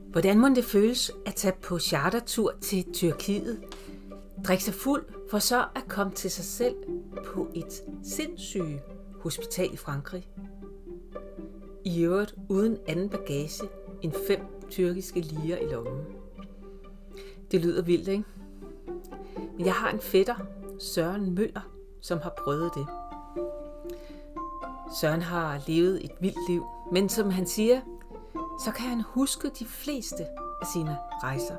Hvordan må det føles at tage på chartertur til Tyrkiet, drikke sig fuld, for så at komme til sig selv på et sindssyge hospital i Frankrig? I øvrigt uden anden bagage end 5 tyrkiske lirer i lommen. Det lyder vildt, ikke? Men jeg har en fætter, Søren Møller, som har prøvet det. Søren har levet et vildt liv, men som han siger, så kan han huske de fleste af sine rejser.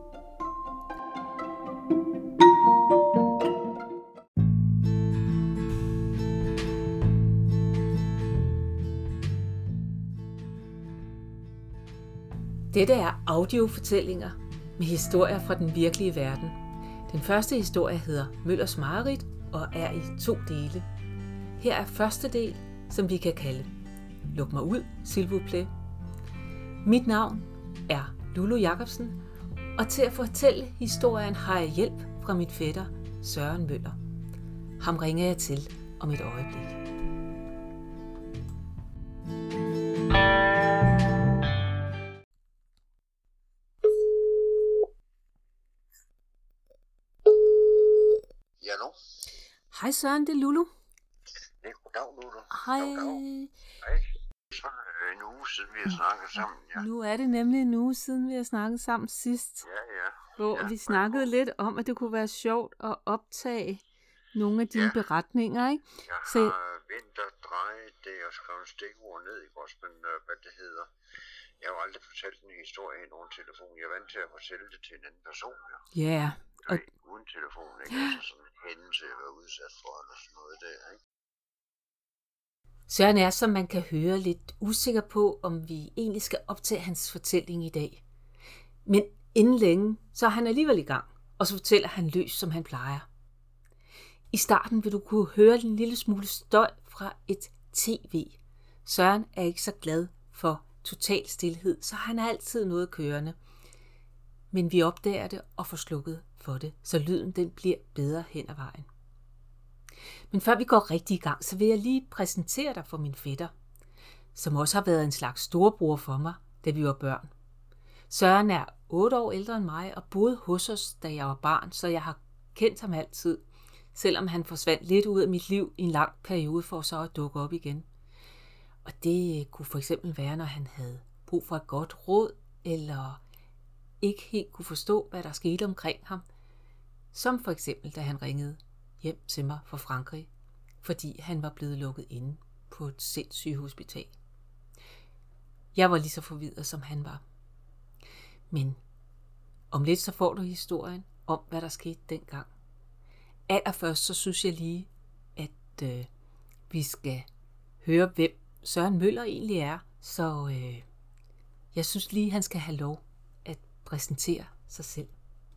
Dette er audiofortællinger med historier fra den virkelige verden. Den første historie hedder Møllers Mareridt og er i 2 dele. Her er første del, som vi kan kalde Luk mig ud, s'il vous plaît. Mit navn er Lulu Jacobsen, og til at fortælle historien har jeg hjælp fra min fætter Søren Møller. Ham ringer jeg til om et øjeblik. Ja, nu. Hej Søren, det er Lulu. Ja, goddag, Lulu. Hej. Hej. Så en uge siden vi har snakket sammen, ja. Nu er det nemlig en uge siden, vi har snakket sammen sidst. Ja. Hvor vi snakkede lidt om, at det kunne være sjovt at optage nogle af dine beretninger, ikke? Jeg har vendt og drejet det og skrevet stikord ned, ikke også, men hvad det hedder. Jeg har jo aldrig fortalt en historie i nogen telefon. Jeg er vant til at fortælle det til en anden person, ja. Ja. Og uden telefon, ikke? Altså sådan en hændelse, jeg var udsat for, eller sådan noget der, ikke? Søren er, som man kan høre, lidt usikker på, om vi egentlig skal optage hans fortælling i dag. Men inden længe, så er han alligevel i gang, og så fortæller han løs, som han plejer. I starten vil du kunne høre en lille smule støj fra et tv. Søren er ikke så glad for total stilhed, så han har altid noget kørende. Men vi opdager det og får slukket for det, så lyden den bliver bedre hen ad vejen. Men før vi går rigtig i gang, så vil jeg lige præsentere dig for min fætter, som også har været en slags storebror for mig, da vi var børn. Søren er 8 år ældre end mig og boede hos os, da jeg var barn, så jeg har kendt ham altid, selvom han forsvandt lidt ud af mit liv i en lang periode for så at dukke op igen. Og det kunne for eksempel være, når han havde brug for et godt råd, eller ikke helt kunne forstå, hvad der skete omkring ham, som for eksempel, da han ringede hjem til mig fra Frankrig, fordi han var blevet lukket inde på et sindssygt hospital. Jeg var lige så forvirret, som han var. Men om lidt så får du historien om, hvad der skete dengang. Allerførst så synes jeg lige, at vi skal høre, hvem Søren Møller egentlig er. Så jeg synes lige, han skal have lov at præsentere sig selv.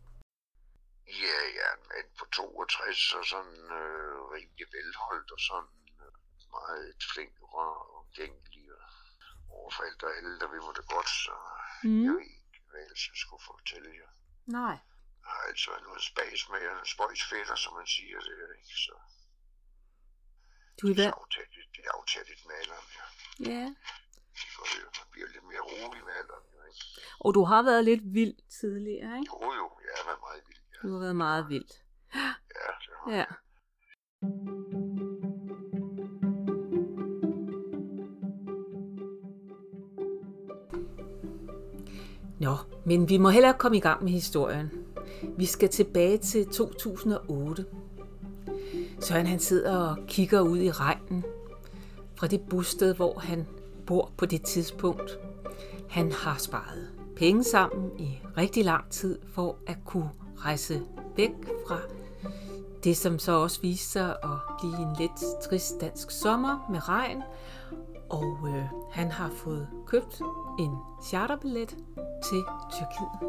Ja, men på 62 og sådan rimelig velholdt og sådan meget flink og omgængelig og overfaldt og ældre, vi må det godt, så jeg ved ikke, hvad ellers jeg skulle fortælle jer. Nej. Jeg har altså været noget spas med en spøjsfætter, som man siger det, ikke? Så Du er hvad? det er aftalt med alderen, ja. Ja. Man bliver lidt mere rolig med alderen, ikke? Og du har været lidt vild tidligere, ikke? Jo, jeg har været meget vild. Ja. Du har været meget vild. Ja, det har Ja. Nå, men vi må hellere komme i gang med historien. Vi skal tilbage til 2008. Søren han sidder og kigger ud i regnen fra det bosted, hvor han bor på det tidspunkt. Han har sparet penge sammen i rigtig lang tid for at kunne rejse væk fra det, som så også viste sig at blive en lidt trist dansk sommer med regn. Og han har fået købt en charterbillet til Tyrkiet.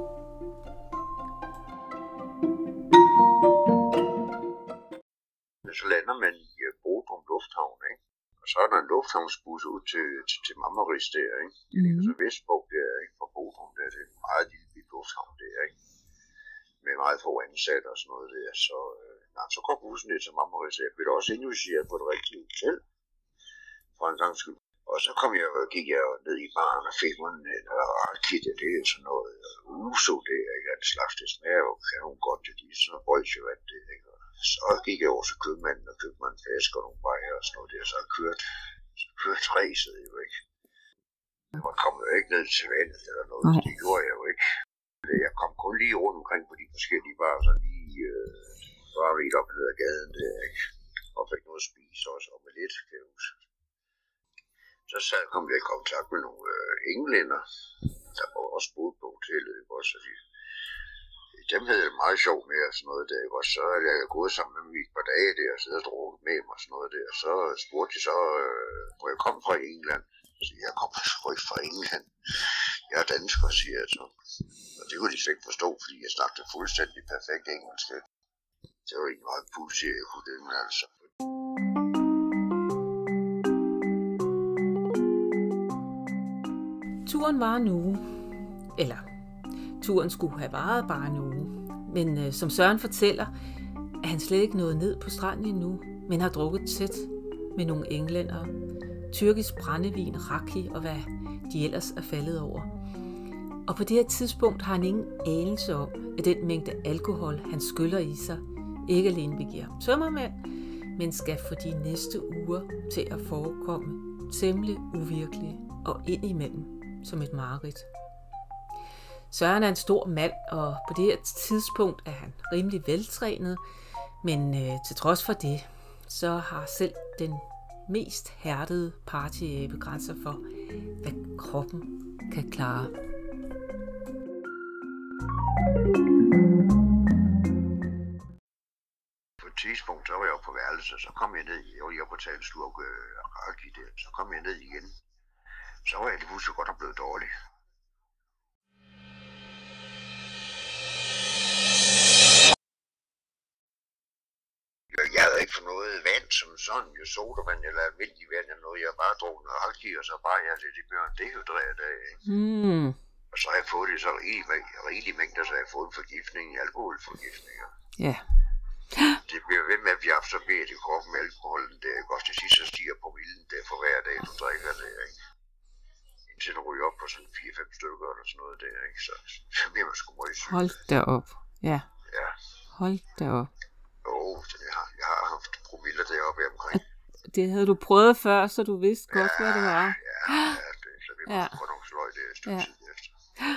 Så lander man i Bodrum Lufthavn, ikke? Og så er der en lufthavnsbus ud til Marmaris der, ikke? Det ligger så vestpå der, ikke? Fra Bodrum der, det er en meget lille lufthavn der, ikke? Med meget få ansatte og sådan noget der, så går bussen ned til Marmaris. Jeg blev også indlogeret på et rigtigt hotel, for en gang skyld. Og så gik jeg ned i baren og fik mig en rakitte, det er sådan noget uso, det er ikke en slags, det smager jo kanon godt, det er sådan noget bolsjevand, det ikke. Og så gik jeg over til købmanden og købte mig en flaske og nogle bajer og sådan noget der, så kørte ræset jo ikke. Man kom jo ikke ned til vandet eller noget, det gjorde jeg jo ikke. Jeg kom kun lige rundt omkring på de forskellige barer, så lige bare lidt op ned ad gaden der, ikke? Og fik noget at spise også, og med lidt, kan jeg huske. Så kom jeg i kontakt med nogle englænder, der var også boet på hotellet, ikke også? Dem havde jeg meget sjov med og sådan noget der, ikke også? Så havde jeg gået sammen med dem i et par dage der, og siddet og drukket med dem og sådan noget der. Så spurgte de så, hvor jeg kom fra England. Så jeg kom fra England. Jeg er dansker, siger jeg så. Og det kunne de slet ikke forstå, fordi jeg snakkede fuldstændig perfekt engelsk. Det var ikke meget pudsigt, jeg kunne det, men altså. Turen var en uge. Eller, turen skulle have varet bare en uge. Men som Søren fortæller, er han slet ikke nået ned på stranden endnu, men har drukket tæt med nogle englændere. Tyrkisk brændevin, raki og hvad de ellers er faldet over. Og på det her tidspunkt har han ingen anelse om, at den mængde alkohol, han skyller i sig, ikke alene vil give ham tømmermænd, men skal for de næste uger til at forekomme temmelig uvirkelige og indimellem som et mareridt. Søren er en stor mand, og på det her tidspunkt er han rimelig veltrænet, men til trods for det, så har selv den mest hærdede partyabe grænser for, hvad kroppen kan klare. På et tidspunkt, så var jeg på værelset, så kom jeg ned, jeg var lige oppe og tage en slurk raki der, så kom jeg ned igen. Så var jeg lige pludselig godt og blevet dårlig. Jeg havde ikke fået noget vand som sådan, jo sodavand eller almindelig vand eller noget. Jeg bare drog noget raki, og så bare jeg lidt i bjørn dehydreret af. Og så har jeg fået det så rigelig mængder, så jeg har fået en forgiftning, alkoholforgiftninger. Ja. Det bliver ved med at blive absorberet i kroppen med alkoholen. Det er godt, til sidst så stiger promillen der for hver dag, du drikker det, ikke? Indtil du ryger op på sådan 4-5 stykker eller sådan noget der, ikke? Så bliver man sgu meget syg. Hold da op. Ja. Ja. Hold da op. Jeg har haft promiller deroppe omkring. Det havde du prøvet før, så du vidste godt, hvad det var. Så vi må få nogle sløj det et stykke tid efter. Ja.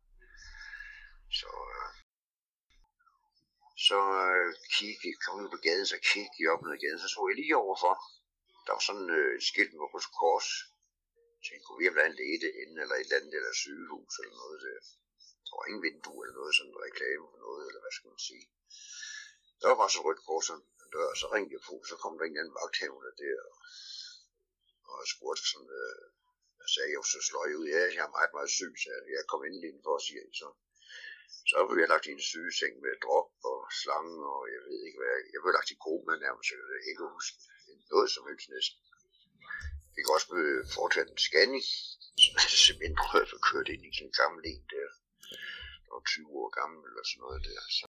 Så kom jeg på gaden, så kiggede jeg op ned ad gaden, så jeg lige overfor. Der var sådan et skilt med Røde Kors. Jeg tænkte, kunne vi have en læge inde, eller et eller andet, eller sygehus, eller noget der. Der var ingen vindue, eller noget, sådan en reklame for noget, eller hvad skal man sige. Der var bare så Røde Kors, og så ringte jeg på, så kom der en anden vagthævende der, og jeg spurgte sådan, jeg sagde, jeg var så sløj ud, ja, jeg er meget, meget syg, så jeg kom endelig indenfor og siger, så blev jeg lagt i en sygeseng med drop og slange, og jeg ved ikke hvad, jeg blev lagt i koma nærmest, jeg kan ikke huske noget som helst næsten. Jeg fik også foretaget en scanning, så jeg simpelthen prøvede at køre ind i sådan en gammel en der, der var 20 år gammel eller sådan noget der. Så.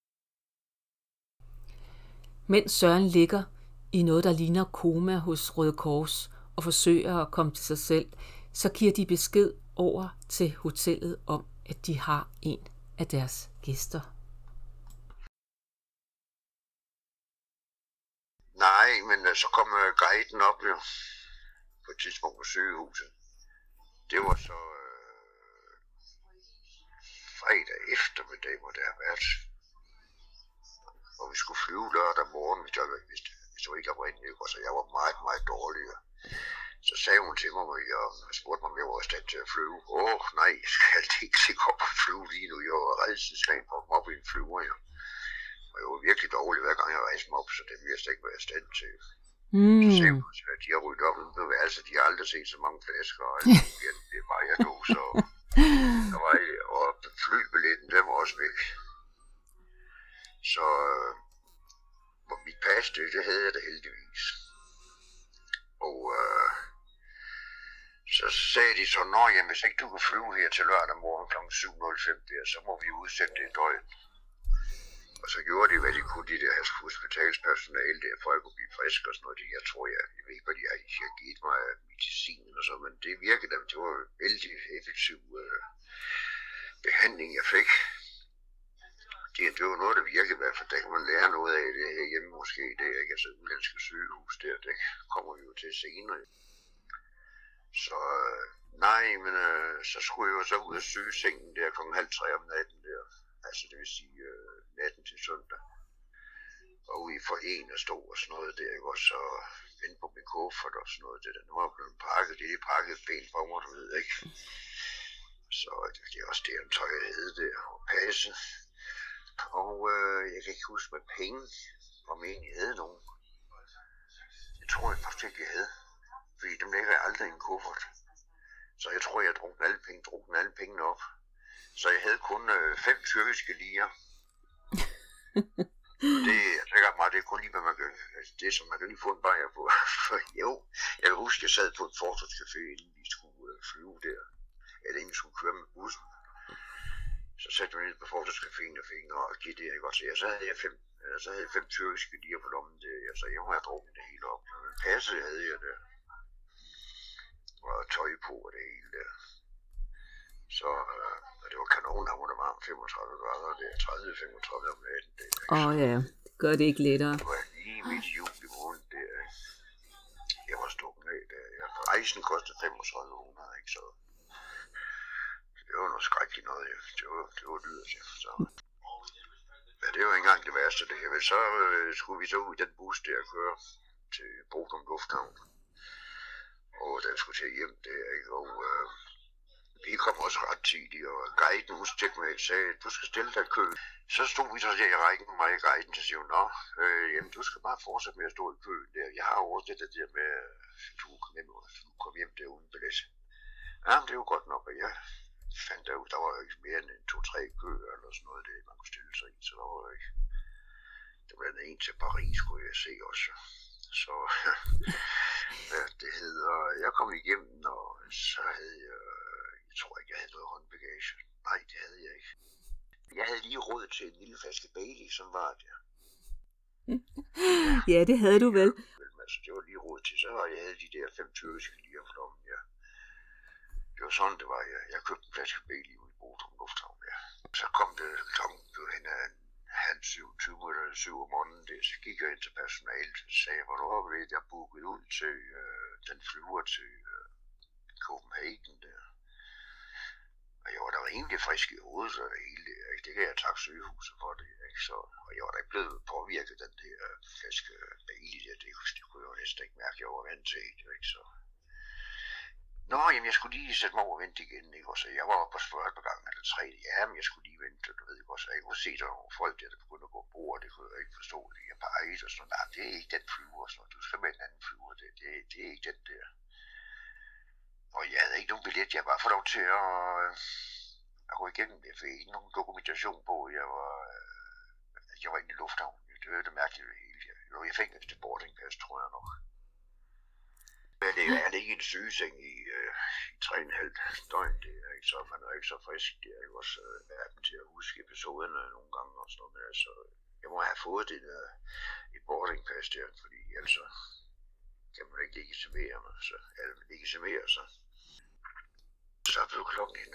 Mens Søren ligger i noget, der ligner koma hos Røde Kors og forsøger at komme til sig selv, så giver de besked over til hotellet om, at de har en af deres gæster. Nej, men så kom guiden op jo, på et tidspunkt på sygehuset. Det var så fredag eftermiddag, hvor det har været. Og vi skulle flyve lørdag morgen, hvis det var ikke oprindeligt, så jeg var meget, meget dårlig. Så sagde hun til mig, og spurgte mig, om jeg var i stand til at flyve. Nej, jeg skal ikke sikkert op og flyve lige nu. Jeg var redselslagen på at komme op i en flyver, jo. Og jeg var virkelig dårlig, hver gang jeg rejste mig op, så det ville jeg slet ikke være i stand til. Så sagde hun, at de har ryddet op uden på værelset. De har aldrig set så mange flasker, og det er bare jeg dåser. Og flybilletten, den var også væk. Så mit pas, det havde jeg da heldigvis. Og så sagde de så, jamen hvis ikke du kan flyve her til lørdag morgen kl. 7.05 der, så må vi udsætte det et døgn. Og så gjorde de, hvad de kunne, de der hospitalspersonale der, for at kunne blive frisk og sådan noget. Jeg tror, jeg ved ikke, hvad de har givet mig af medicin og så, men det virkede, det var en vældig effektiv behandling, jeg fik. Det var noget, der virkede i hvert fald. Der kan man lære noget af det her hjemme måske. Det er ikke altså udlandske sygehus der. Det kommer vi jo til senere. Så nej, men så skulle jeg jo så ud af sygesengen der kl. 2:30 om natten der. Altså det vil sige natten til søndag. Og ude i foreningen stå og sådan noget der. Jeg var så vente på min kuffert og sådan noget. Det var blevet pakket. Det er pakket pænt for mig, du ved ikke. Så det er også det, jeg tøjet hed der og passe. Og jeg kan ikke huske med penge, om jeg egentlig havde nogen. Jeg tror jeg faktisk ikke, jeg havde. Fordi dem lægger jeg aldrig i en kuffert. Så jeg tror, jeg drukte alle pengene op. Så jeg havde kun 5 tyrkiske lirer. Det er kun lige, hvad man kan. Altså, det er som man kan lige få en bajer på. For jo, jeg kan huske, jeg sad på en fortortscafé, inden vi skulle flyve der. Eller inden vi skulle køre med bussen. Så satte jeg ned på fortortscaféen og fik noget at give det, ikke? Så så havde jeg 5 tyrkiske lirer på lommen der. Så jeg må have drukket det hele op. Men passe havde jeg der. Og tøj på og det hele der. Så det var kanonhammer, der var 35 grader der, 30-35 om natten der. Ja, det gør det ikke lettere. Det var lige midt i juli måned der. Jeg var stukket af der. Rejsen kostede 3500, ikke så. Det var noget skrækkeligt noget, ja. Det var dyrt, ja. Så. Ja, det var ikke engang det værste det her. Men så skulle vi så ud i den bus der og køre til Bodrum Lufthavn. Og den skulle til hjem der, ikke? Og vi kom også ret tidligt, og guiden udstækte mig og sagde, du skal stille dig i kø. Så stod vi så der i rækken med mig og guiden, så siger hun, jamen du skal bare fortsætte med at stå i køen der. Jeg har også det der med, at du kom hjem der uden billet. Jamen det er jo godt nok, og jeg fandt der ud, der var jo ikke mere end 2-3 køer eller sådan noget, det man kunne stille sig i, så der var jo ikke. Der var en til Paris, kunne jeg se også. Så det hedder, jeg kom igennem, og så havde jeg tror ikke, jeg havde noget håndbagage. Nej, det havde jeg ikke. Jeg havde lige råd til en lille flaske Bailey, som var det. Ja, det havde du vel. Altså, det var lige råd til, så jeg havde de der 5 tyrkiske lirer for lommen, ja. Det var sådan, det var, ja. Jeg købte en flaske Bailey ude i Bodrum Lufthavn, ja. Så kom det klokken hen af 6:30 om morgenen, så gik jeg ind til personalet og sagde, hvor du har ved, jeg booket ud til den flyver til Copenhagen der. Og jeg var da rimelig frisk i hovedet, så det hele der, ikke? Det kan jeg takke sygehuset for det, ikke? Så, og jeg var da ikke blevet påvirket den der flaske Bailey der, det kunne jeg jo næsten ikke mærke, jeg var vant til det, ikke? Så. Nå, jamen jeg skulle lige sætte mig over og vente igen, ikke? Og så jeg var oppe på spørgsmål på gangen eller 3, ja, men jeg skulle lige vente, du ved ikke også, jeg kunne se, der var nogle folk der begyndte at gå på bord, det kunne jeg ikke forstå, det jeg bare et og sådan, nej, det er ikke den flyver, så du skal med en anden flyver, det er ikke den der. Og jeg havde ikke nogen billet, jeg bare fået lov til at gå igennem det, for ikke nogen dokumentation på, jeg var inde i lufthavnen, det var det mærkelige det hele. Jeg fik et boardingpass, tror jeg nok. Men det er ikke en sygeseng i 3,5 døgn, det er ikke så, man er ikke så frisk, det er jo også appen til at huske episoderne nogle gange og sådan noget, men altså, jeg må have fået det der, et boardingpass der, fordi altså, kan man ikke legitimere mig, så, eller legitimere sig. Så blev klokken hen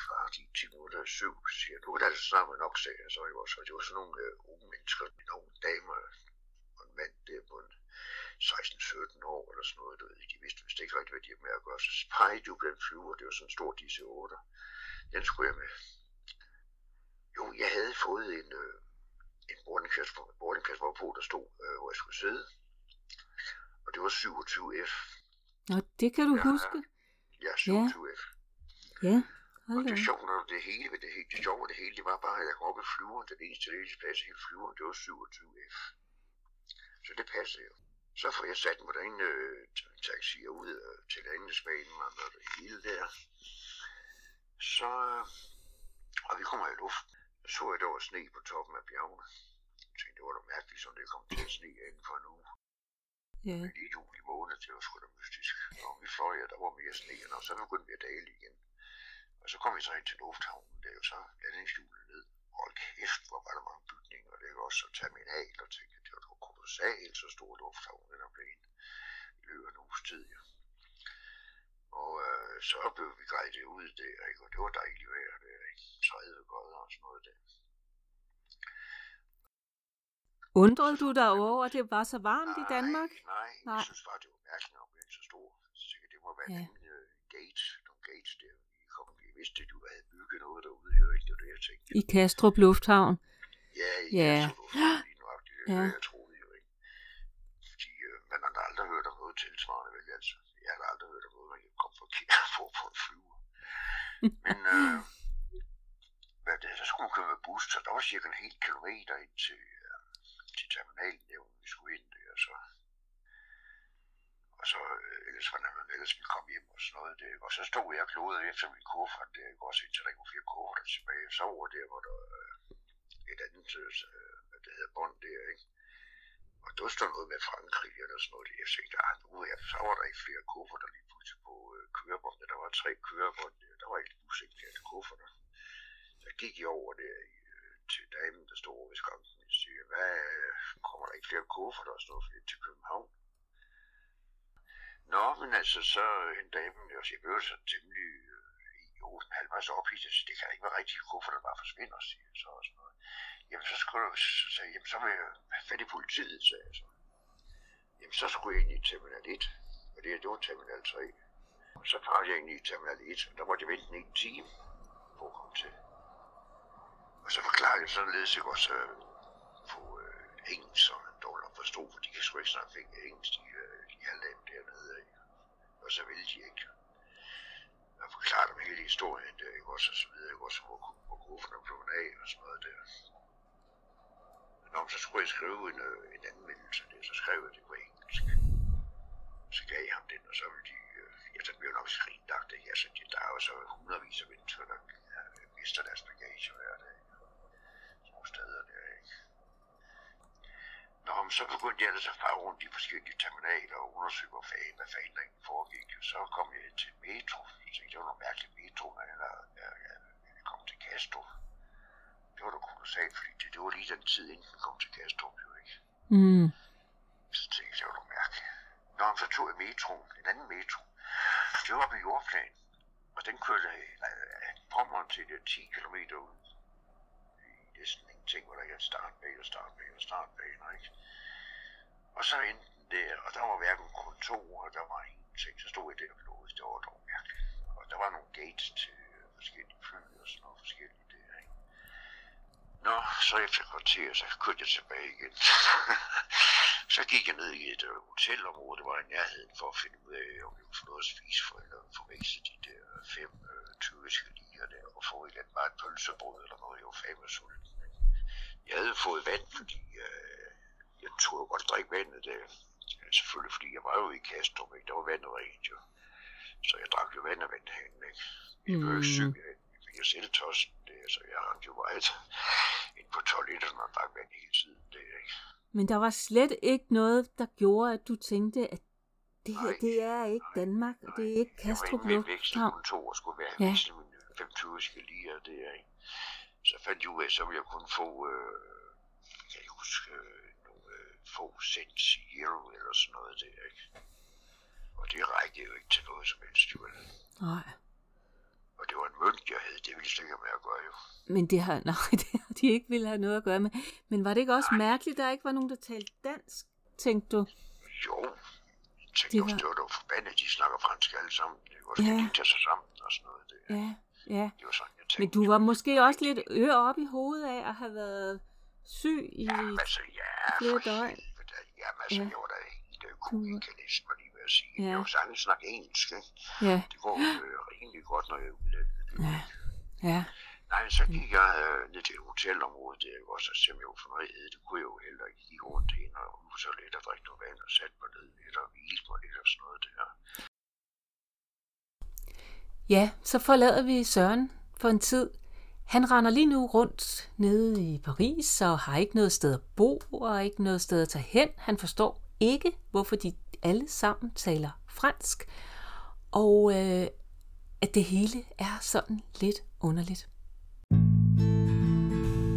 7:15, siger nu kan det altså snart være nok, sagde jeg så, ikke også, og det var sådan nogle unge mennesker, nogle damer og en mand der på en 16-17 år eller sådan noget, du ved, de vidste vist ikke rigtig, hvad de havde med at gøre, så pegede de på den flyver, det var sådan en stor DC-8, den skulle jeg med. Jo, jeg havde fået en boardingpass, hvorpå der stod, hvor jeg skulle sidde, og det var 27F. Nå, det kan du huske? Ja, 27F. Ja, og det sjove var det hele, det var bare, at jeg kom op i flyveren, den eneste ledige plads i hele flyveren, det var 27F. Så det passede jo. Så får jeg sat mig derinde taxier ud til landesbanen og det hele der. Så, og vi kommer i luften. Så jeg, der var sne på toppen af bjergene. Jeg tænkte, det var da mærkeligt, som det kom til at sne inden for en uge. Ja. Men i juli måned, det var sgu da mystisk. Og vi fløj, der var mere sne, og så begyndte vi at dale igen. Og så kom vi så ind til lufthavnen, der jo så landingshjulet ned. hold kæft, hvor var der mange bygninger, og det er også så terminal, og tænkte, det var kolossalt så stor lufthavn, den er blevet i løbet af en uges tid, ja. Og så blev vi guidet ud der, ikke? Og det var dejligt vejr, det er ikke 30 grader og sådan noget der. Undrede du dig over, at det var så varmt i Danmark? Nej, jeg synes bare, det var mærkeligt, at den så stor. Så tænkte, det må være nogle gates der. Vi vidste, at du havde bygget noget derude, jo ikke? Det var det, jeg tænkte. I Kastrup Lufthavn? Ja, i Kastrup Lufthavn, lige nøjagtigt. Det er jeg troede jo ikke. Fordi man har aldrig hørt om noget tilsvarende, vel altså. Jeg har aldrig hørt om noget, man kan komme forkert på en flyver. Men så skulle man køre med bus, så der var cirka en hel kilometer ind til terminalen, der hvor vi skulle ind der, og så ellers var man ellers ville komme hjem og sådan noget der, og så stod jeg og klodede efter min kuffert der, også indtil der ikke var 4 kufferter tilbage, og så over der, hvor der et andet, det hedder bånd der, ikke? Og der stod noget med Frankrig eller sådan noget, jeg tænkte, så var der ikke flere kufferter lige pludselig på kørebåndet, der var 3 kørebånd der var ikke udsigt der til kufferter. Så gik jeg over der til damen, der stod over ved skranken, og siger, hvad kommer der ikke flere kufferter og sådan noget til København? Nå, men altså, så en dame, jeg blev så temmelig halvvejs ophidset, så det kan ikke være rigtigt, kufferter bare forsvinder, siger så og sådan noget. Jamen, så vil jeg have fat i politiet, sagde jeg så. Jamen, så skulle jeg ind i terminal 1, og det var terminal 3. Og så parkede jeg ind i terminal 1, og der måtte jeg vente en time på at komme til. Og så forklarede jeg således, ikke også på engelsk, så man dårligt at forstå, for de kan sgu ikke snakke engelsk, de halvdage dernede, ikke? Og så ville de ikke. Jeg forklarede dem hele historien der, ikke også, og så videre, ikke også, hvor kufferne blev af og sådan noget der. Nå, så skulle jeg skrive en anmeldelse der, så skrev jeg det på engelsk. Så gav jeg ham den, og så ville de, så blev nok skrinlagt, ikke? Altså, der er jo så hundredvis af mennesker, der mister deres bagage hver dag. Nogle steder der, ikke? Nå, men så begyndte jeg ellers at fare rundt i forskellige terminaler og undersøge, hvad fanden der egentlig foregik. Så kom jeg til metro. Så tænkte, det var noget mærkeligt metro, når jeg kom til Kastrup. Det var da kolossalt, fordi det var lige den tid, inden vi kom til Kastrup, jo ikke? Så tænkte jeg, det var noget mærkeligt. Nå, men så tog jeg metroen, en anden metro. Det var på Jordplan, og den kørte Pommern til 10 kilometer ud. Det er sådan en ting, hvor der ikke er startbaner, ikke? Og så endte den der, og der var hverken kontor, og der var ingenting. Så stod jeg der og klodede, det var dog mærkeligt. Og der var nogle gates til forskellige fly og sådan noget forskelligt der, ikke? Nå, så efter kvarter, så kørte jeg tilbage igen. Så gik jeg ned i et hotelområde, der var i nærheden for at finde ud af, om jeg kunne få noget at spise for, eller forveksle de der 5 tyrkiske liger der, og få et eller andet bare et pølsebrød eller noget, jeg var fandme sulten. Jeg havde fået vand, fordi jeg tog godt drikke vandet der. Selvfølgelig, fordi jeg var jo i Kastrup, ikke? Der var vandet rent jo. Så jeg drak jo vand af vandhanen, ikke? Jeg blev ikke syg, jeg selv tossen der, så jeg rendte jo meget ind på toiletterne og drak vand hele tiden der, ikke? Men der var slet ikke noget, der gjorde, at du tænkte, at det her, det er ikke Danmark, og det er ikke Kastrup Lufthavn. Jeg var inde ved vækstkontor og skulle være vekslet mine 5 tyrkiske liger der, ikke? Så fandt jeg ud af, så ville jeg kun få, kan jeg huske, nogle få cents i euro eller sådan noget der, ikke? Og det rækkede jo ikke til noget som helst, jo. Nej. Og det var en mønt, jeg havde, det ville slet ikke med at gøre, jo. Men det har de ikke ville have noget at gøre med. Men var det ikke også mærkeligt, der ikke var nogen, der talte dansk, tænkte du? Jo, jeg tænkte også, det var dog forbandet, de snakker fransk alle sammen. Det var også, de tager sig sammen og sådan noget der. Ja. Det var sådan, jeg tænkte. Men du var måske også lidt op i hovedet af at have været syg i flere døgn. Jamen altså, jeg var da helt komikalist, var lige ved at sige. Jeg var særlig snakke engelsk, ikke? Ja. Det går rimelig godt, når jeg er udlandet. Ja. Nej, så gik jeg ned til et hotelområde, der var så simpelthen for noget hed. Det kunne jeg jo heller ikke give rundt ind og ud så lidt og drikke noget vand og sætte mig ned lidt og hvile mig lidt og sådan noget der. Ja, så forlader vi Søren for en tid. Han render lige nu rundt nede i Paris og har ikke noget sted at bo og ikke noget sted at tage hen. Han forstår ikke, hvorfor de alle sammen taler fransk, og at det hele er sådan lidt underligt.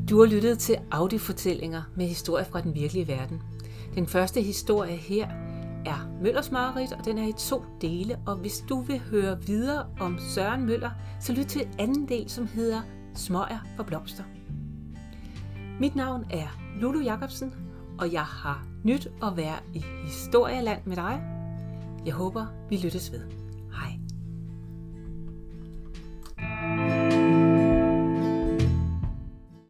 Du har lyttet til audiofortællinger med historier fra den virkelige verden. Den første historie her er Møllers mareridt, og den er i 2 dele. Og hvis du vil høre videre om Søren Møller, så lyt til anden del, som hedder Smøger for blomster. Mit navn er Lulu Jacobsen, og jeg har nyt at være i Historieland med dig. Jeg håber, vi lyttes ved.